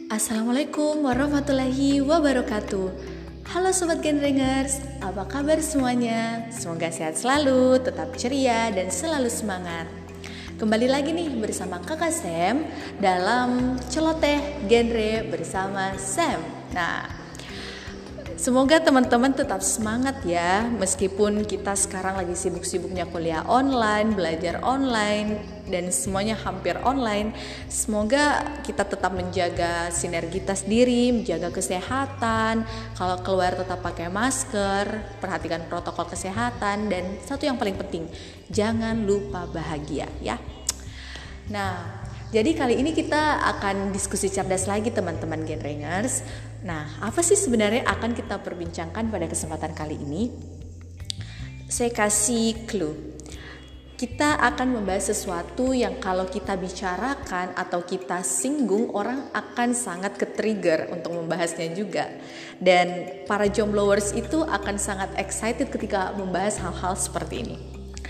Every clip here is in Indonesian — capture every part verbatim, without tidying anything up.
Assalamualaikum warahmatullahi wabarakatuh. Halo Sobat Genrengers, apa kabar semuanya? Semoga sehat selalu, tetap ceria dan selalu semangat. Kembali lagi nih bersama Kakak Sam dalam Celoteh Genre bersama Sam. Nah, semoga teman-teman tetap semangat ya, meskipun kita sekarang lagi sibuk-sibuknya kuliah online, belajar online, dan semuanya hampir online. Semoga kita tetap menjaga sinergitas diri, menjaga kesehatan. Kalau keluar tetap pakai masker, perhatikan protokol kesehatan, dan satu yang paling penting, jangan lupa bahagia ya. Nah, jadi kali ini kita akan diskusi cerdas lagi teman-teman Genrengers. Nah, apa sih sebenarnya akan kita perbincangkan pada kesempatan kali ini? Saya kasih clue. Kita akan membahas sesuatu yang kalau kita bicarakan atau kita singgung, orang akan sangat ke-trigger untuk membahasnya juga. Dan para jomblowers itu akan sangat excited ketika membahas hal-hal seperti ini.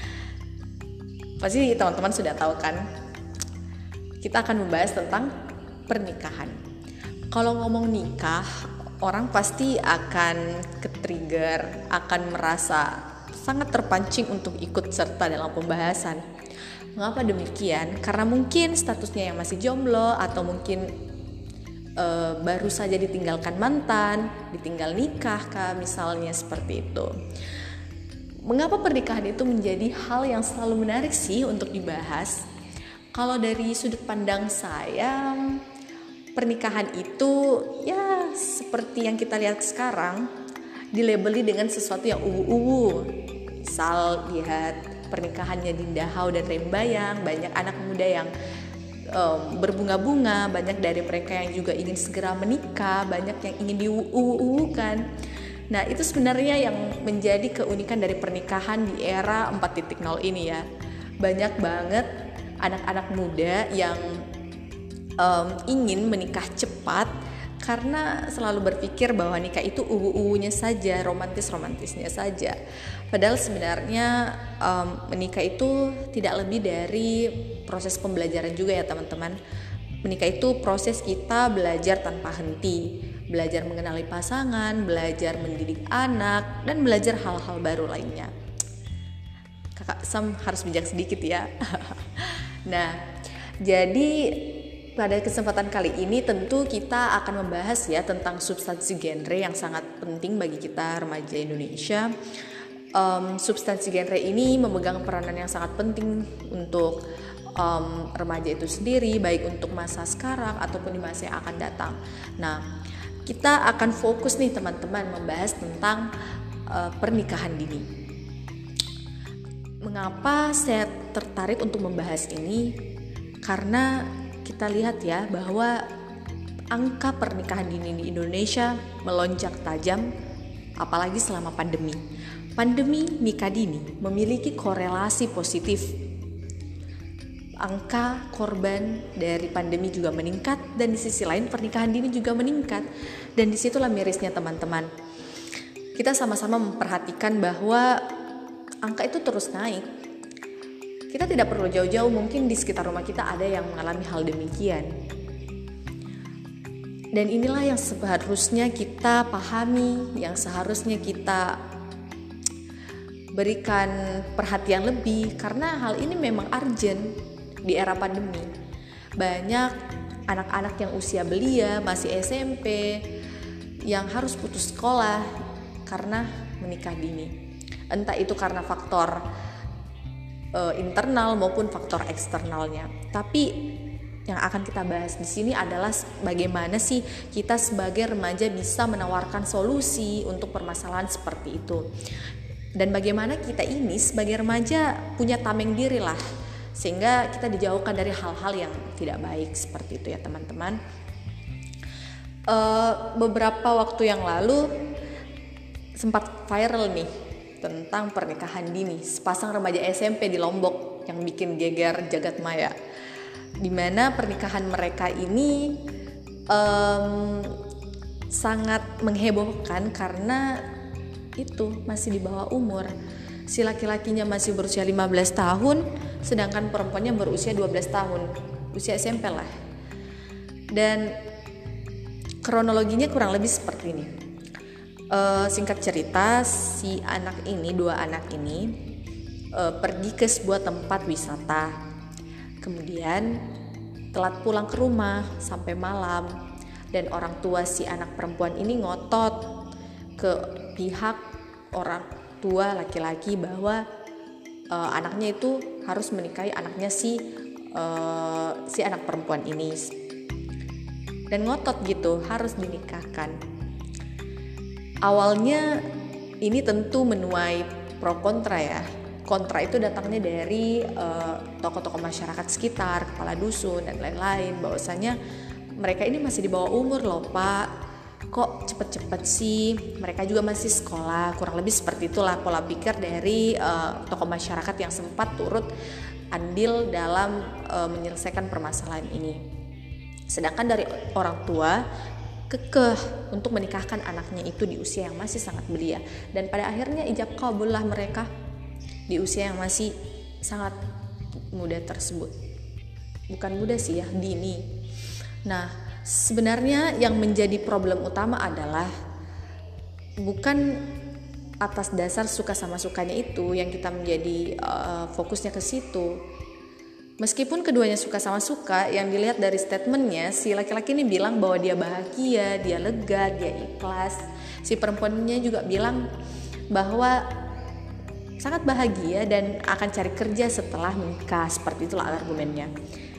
Pasti teman-teman sudah tahu kan? Kita akan membahas tentang pernikahan. Kalau ngomong nikah, orang pasti akan ke-trigger, akan merasa sangat terpancing untuk ikut serta dalam pembahasan. Mengapa demikian? Karena mungkin statusnya yang masih jomblo, atau mungkin e, baru saja ditinggalkan mantan, ditinggal nikah kah, misalnya seperti itu. Mengapa pernikahan itu menjadi hal yang selalu menarik sih untuk dibahas? Kalau dari sudut pandang saya, pernikahan itu ya seperti yang kita lihat sekarang, dilabeli dengan sesuatu yang uwu-uwu. Misal lihat pernikahannya Dinda Hau dan Rembayang, banyak anak muda yang um, berbunga-bunga, banyak dari mereka yang juga ingin segera menikah, banyak yang ingin diuwu-uwukan. Nah, itu sebenarnya yang menjadi keunikan dari pernikahan di era empat titik nol ini ya. Banyak banget anak-anak muda yang um, ingin menikah cepat, karena selalu berpikir bahwa nikah itu uwu-uwunya saja, romantis-romantisnya saja. Padahal sebenarnya um, menikah itu tidak lebih dari proses pembelajaran juga ya teman-teman. Menikah itu proses kita belajar tanpa henti, belajar mengenali pasangan, belajar mendidik anak, dan belajar hal-hal baru lainnya. Kakak Sam harus bijak sedikit ya. Nah, jadi pada kesempatan kali ini tentu kita akan membahas ya tentang substansi genre yang sangat penting bagi kita remaja Indonesia. Um, substansi genre ini memegang peranan yang sangat penting untuk um, remaja itu sendiri, baik untuk masa sekarang ataupun di masa yang akan datang. Nah, kita akan fokus nih teman-teman membahas tentang uh, pernikahan dini. Mengapa saya tertarik untuk membahas ini? Karena kita lihat ya bahwa angka pernikahan dini di Indonesia melonjak tajam, apalagi selama pandemi. Pandemi nikah dini memiliki korelasi positif. Angka korban dari pandemi juga meningkat, dan di sisi lain pernikahan dini juga meningkat. Dan disitulah mirisnya teman-teman. Kita sama-sama memperhatikan bahwa angka itu terus naik. Kita tidak perlu jauh-jauh, mungkin di sekitar rumah kita ada yang mengalami hal demikian. Dan inilah yang seharusnya kita pahami, yang seharusnya kita berikan perhatian lebih, karena hal ini memang urgent di era pandemi. Banyak anak-anak yang usia belia, masih S M P, yang harus putus sekolah karena menikah dini. Entah itu karena faktor uh, internal maupun faktor eksternalnya. Tapi yang akan kita bahas di sini adalah bagaimana sih kita sebagai remaja bisa menawarkan solusi untuk permasalahan seperti itu. Dan bagaimana kita ini sebagai remaja punya tameng diri lah, sehingga kita dijauhkan dari hal-hal yang tidak baik seperti itu ya teman-teman. Uh, beberapa waktu yang lalu sempat viral nih tentang pernikahan dini sepasang remaja S M P di Lombok yang bikin geger jagat maya, di mana pernikahan mereka ini um, sangat menghebohkan karena itu masih di bawah umur. Si laki-lakinya masih berusia lima belas tahun, sedangkan perempuannya berusia dua belas tahun, usia S M P lah. Dan Kronologinya kurang lebih seperti ini. Uh, singkat cerita, si anak ini, dua anak ini uh, pergi ke sebuah tempat wisata. Kemudian telat pulang ke rumah sampai malam, dan orang tua si anak perempuan ini ngotot ke pihak orang tua laki-laki bahwa uh, anaknya itu harus menikahi anaknya si uh, si anak perempuan ini, dan ngotot gitu harus dinikahkan. Awalnya ini tentu menuai pro kontra ya. Kontra itu datangnya dari uh, tokoh-tokoh masyarakat sekitar, kepala dusun dan lain-lain, bahwasanya mereka ini masih di bawah umur loh Pak, kok cepet-cepet sih, mereka juga masih sekolah. Kurang lebih seperti itulah pola pikir dari uh, tokoh masyarakat yang sempat turut andil dalam uh, menyelesaikan permasalahan ini. Sedangkan dari orang tua kekeh untuk menikahkan anaknya itu di usia yang masih sangat belia, dan pada akhirnya ijab kabul lah mereka di usia yang masih sangat muda tersebut. Bukan muda sih ya, dini. Nah, sebenarnya yang menjadi problem utama adalah bukan atas dasar suka sama sukanya itu yang kita menjadi uh, fokusnya ke situ. Meskipun keduanya suka sama suka, yang dilihat dari statementnya, si laki-laki ini bilang bahwa dia bahagia, dia lega, dia ikhlas. Si perempuannya juga bilang bahwa sangat bahagia dan akan cari kerja setelah menikah. Seperti itulah argumennya.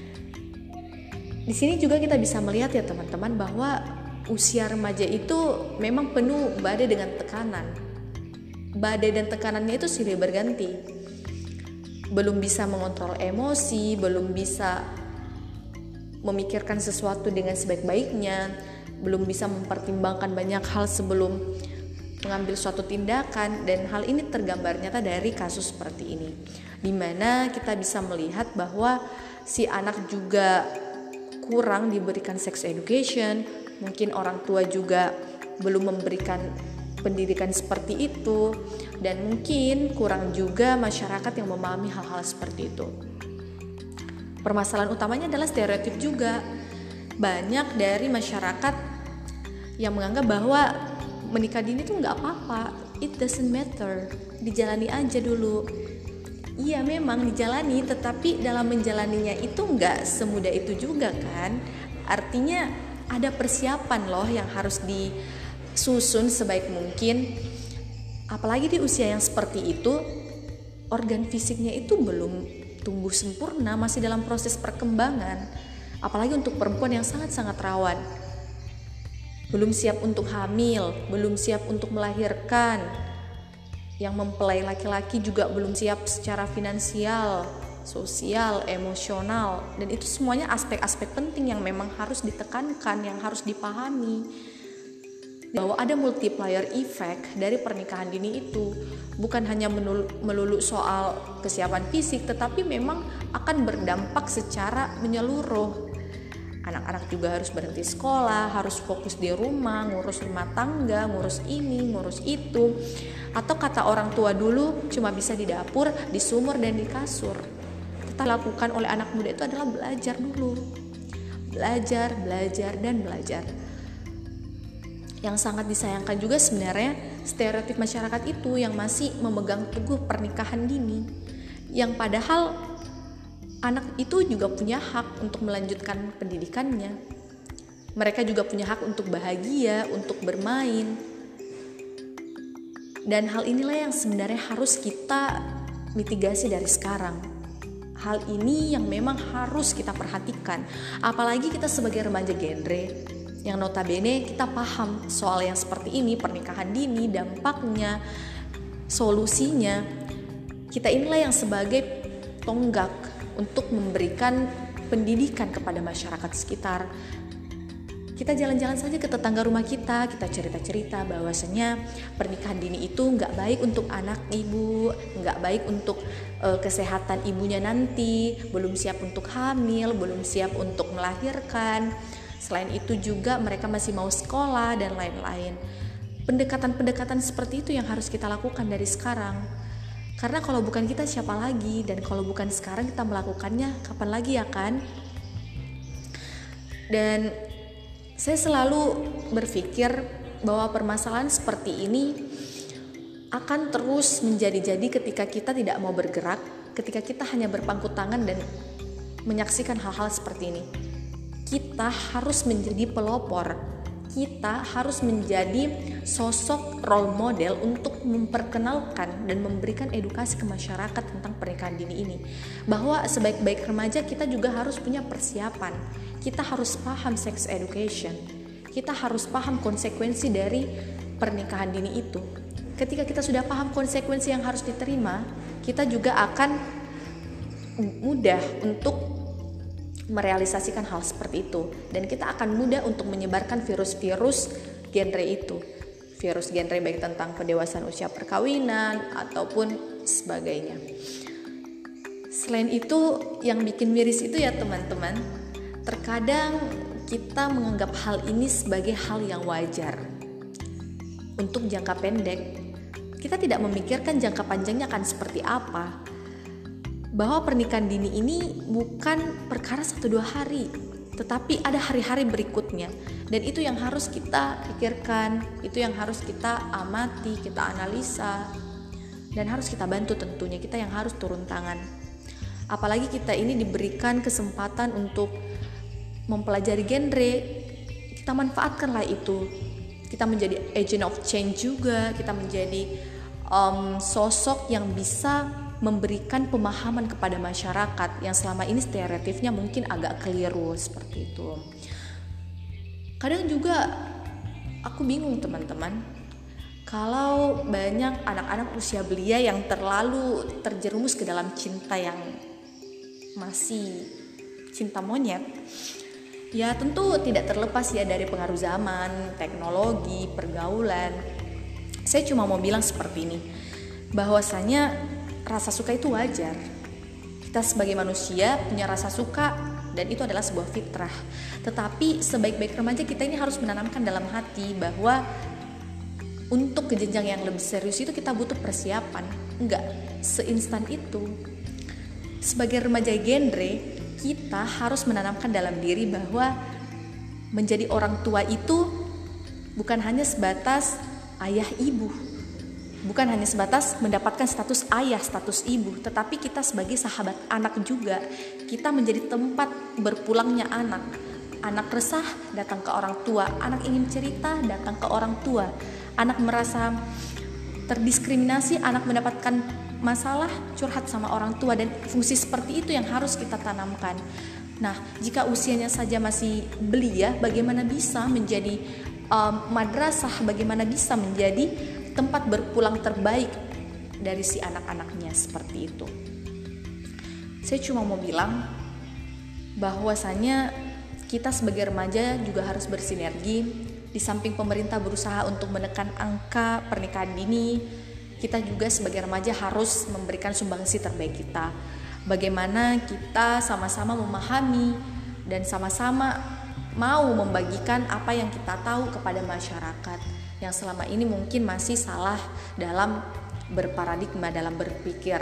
Di sini juga kita bisa melihat ya teman-teman bahwa usia remaja itu memang penuh badai dengan tekanan. Badai dan tekanannya itu silih berganti. Belum bisa mengontrol emosi, belum bisa memikirkan sesuatu dengan sebaik-baiknya, belum bisa mempertimbangkan banyak hal sebelum mengambil suatu tindakan, dan hal ini tergambar nyata dari kasus seperti ini, di mana kita bisa melihat bahwa si anak juga kurang diberikan sex education, mungkin orang tua juga belum memberikan pendidikan seperti itu, dan mungkin kurang juga masyarakat yang memahami hal-hal seperti itu. Permasalahan utamanya adalah stereotip juga. Banyak dari masyarakat yang menganggap bahwa menikah dini itu nggak apa-apa, it doesn't matter, dijalani aja dulu. Iya memang dijalani, tetapi dalam menjalaninya itu nggak semudah itu juga kan. Artinya ada persiapan loh yang harus disusun sebaik mungkin. Apalagi di usia yang seperti itu, organ fisiknya itu belum tumbuh sempurna, masih dalam proses perkembangan. Apalagi untuk perempuan yang sangat-sangat rawan. Belum siap untuk hamil, belum siap untuk melahirkan. Yang mempelai laki-laki juga belum siap secara finansial, sosial, emosional. Dan itu semuanya aspek-aspek penting yang memang harus ditekankan, yang harus dipahami. Bahwa ada multiplier effect dari pernikahan dini itu, bukan hanya melulu soal kesiapan fisik, tetapi memang akan berdampak secara menyeluruh. Anak-anak juga harus berhenti sekolah, harus fokus di rumah, ngurus rumah tangga, ngurus ini, ngurus itu. Atau kata orang tua dulu cuma bisa di dapur, di sumur, dan di kasur. Kita lakukan oleh anak muda itu adalah belajar dulu. Belajar, belajar, dan belajar. Yang sangat disayangkan juga sebenarnya stereotip masyarakat itu yang masih memegang teguh pernikahan dini, yang padahal anak itu juga punya hak untuk melanjutkan pendidikannya. Mereka juga punya hak untuk bahagia, untuk bermain. Dan hal inilah yang sebenarnya harus kita mitigasi dari sekarang. Hal ini yang memang harus kita perhatikan, apalagi kita sebagai remaja genre yang notabene kita paham soal yang seperti ini, pernikahan dini, dampaknya, solusinya. Kita inilah yang sebagai tonggak untuk memberikan pendidikan kepada masyarakat sekitar. Kita jalan-jalan saja ke tetangga rumah kita, kita cerita-cerita bahwasanya pernikahan dini itu nggak baik untuk anak ibu, nggak baik untuk e, kesehatan ibunya nanti, belum siap untuk hamil, belum siap untuk melahirkan. Selain itu juga mereka masih mau sekolah dan lain-lain. Pendekatan-pendekatan seperti itu yang harus kita lakukan dari sekarang. Karena kalau bukan kita siapa lagi, dan kalau bukan sekarang kita melakukannya kapan lagi ya kan? Dan Saya selalu berpikir bahwa permasalahan seperti ini akan terus menjadi-jadi ketika kita tidak mau bergerak, ketika kita hanya berpangku tangan dan menyaksikan hal-hal seperti ini. Kita harus menjadi pelopor, kita harus menjadi sosok role model untuk memperkenalkan dan memberikan edukasi ke masyarakat tentang pernikahan dini ini. Bahwa sebaik-baik remaja kita juga harus punya persiapan, kita harus paham sex education, kita harus paham konsekuensi dari pernikahan dini itu. Ketika kita sudah paham konsekuensi yang harus diterima, kita juga akan mudah untuk merealisasikan hal seperti itu, dan kita akan mudah untuk menyebarkan virus-virus genre itu, virus genre baik tentang pendewasaan usia perkawinan ataupun sebagainya. Selain itu, yang bikin miris itu ya teman-teman, terkadang kita menganggap hal ini sebagai hal yang wajar untuk jangka pendek. Kita tidak memikirkan jangka panjangnya akan seperti apa. Bahwa pernikahan dini ini bukan perkara satu dua hari, tetapi ada hari-hari berikutnya. Dan itu yang harus kita pikirkan, itu yang harus kita amati, kita analisa, dan harus kita bantu tentunya, kita yang harus turun tangan. Apalagi kita ini diberikan kesempatan untuk mempelajari genre, kita manfaatkanlah itu. Kita menjadi agent of change juga, kita menjadi um, sosok yang bisa memberikan pemahaman kepada masyarakat yang selama ini stereotipnya mungkin agak keliru seperti itu. Kadang juga aku bingung teman-teman, kalau banyak anak-anak usia belia yang terlalu terjerumus ke dalam cinta yang masih cinta monyet. Ya tentu tidak terlepas ya dari pengaruh zaman, teknologi, pergaulan. Saya cuma mau bilang seperti ini, bahwasanya rasa suka itu wajar. Kita sebagai manusia punya rasa suka dan itu adalah sebuah fitrah. Tetapi sebaik-baik remaja kita ini harus menanamkan dalam hati bahwa untuk ke jenjang yang lebih serius itu kita butuh persiapan. Enggak seinstan itu. Sebagai remaja genre, kita harus menanamkan dalam diri bahwa menjadi orang tua itu bukan hanya sebatas ayah ibu, bukan hanya sebatas mendapatkan status ayah, status ibu, tetapi kita sebagai sahabat anak juga. Kita menjadi tempat berpulangnya anak. Anak resah, datang ke orang tua. Anak ingin cerita, datang ke orang tua. Anak merasa terdiskriminasi, anak mendapatkan masalah, curhat sama orang tua. Dan fungsi seperti itu yang harus kita tanamkan. Nah, jika usianya saja masih belia, bagaimana bisa menjadi um, madrasah, bagaimana bisa menjadi tempat berpulang terbaik dari si anak-anaknya seperti itu. Saya cuma mau bilang bahwasanya kita sebagai remaja juga harus bersinergi. Di samping pemerintah berusaha untuk menekan angka pernikahan dini, kita juga sebagai remaja harus memberikan sumbangsi terbaik kita. Bagaimana kita sama-sama memahami dan sama-sama mau membagikan apa yang kita tahu kepada masyarakat yang selama ini mungkin masih salah dalam berparadigma, dalam berpikir.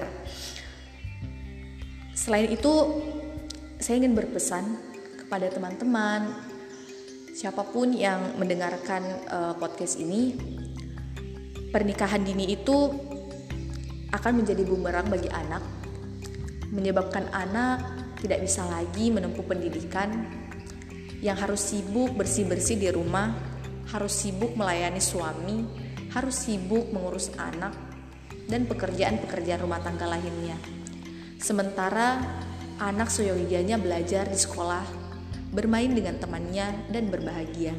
Selain itu, saya ingin berpesan kepada teman-teman, siapapun yang mendengarkan uh, podcast ini, pernikahan dini itu akan menjadi bumerang bagi anak, menyebabkan anak tidak bisa lagi menempuh pendidikan, yang harus sibuk bersih-bersih di rumah, harus sibuk melayani suami, harus sibuk mengurus anak, dan pekerjaan-pekerjaan rumah tangga lainnya. Sementara anak seyogianya belajar di sekolah, bermain dengan temannya, dan berbahagia.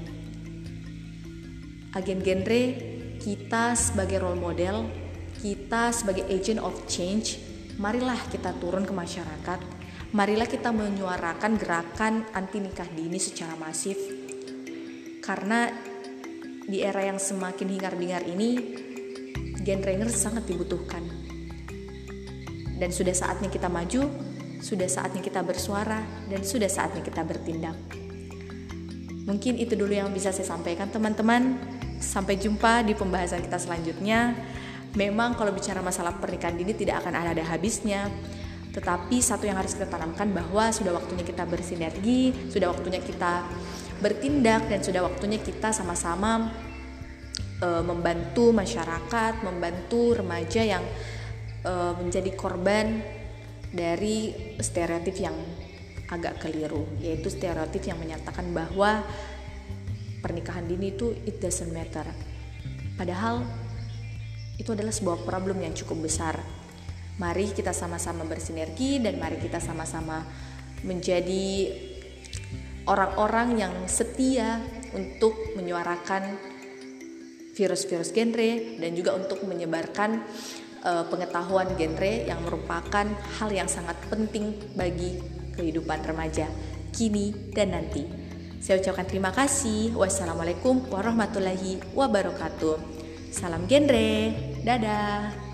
Agen genre, kita sebagai role model, kita sebagai agent of change, marilah kita turun ke masyarakat, marilah kita menyuarakan gerakan anti nikah dini secara masif. Karena di era yang semakin hingar-bingar ini, genre sangat dibutuhkan. Dan sudah saatnya kita maju, sudah saatnya kita bersuara, dan sudah saatnya kita bertindak. Mungkin itu dulu yang bisa saya sampaikan teman-teman. Sampai jumpa di pembahasan kita selanjutnya. Memang kalau bicara masalah pernikahan dini tidak akan ada habisnya. Tetapi satu yang harus kita tanamkan bahwa sudah waktunya kita bersinergi, sudah waktunya kita bertindak, dan sudah waktunya kita sama-sama e, membantu masyarakat, membantu remaja yang e, menjadi korban dari stereotip yang agak keliru, yaitu stereotip yang menyatakan bahwa pernikahan dini itu it doesn't matter. Padahal itu adalah sebuah problem yang cukup besar. Mari kita sama-sama bersinergi dan mari kita sama-sama menjadi orang-orang yang setia untuk menyuarakan virus-virus genre dan juga untuk menyebarkan uh, pengetahuan genre yang merupakan hal yang sangat penting bagi kehidupan remaja kini dan nanti. Saya ucapkan terima kasih. Wassalamualaikum warahmatullahi wabarakatuh. Salam genre. Dadah.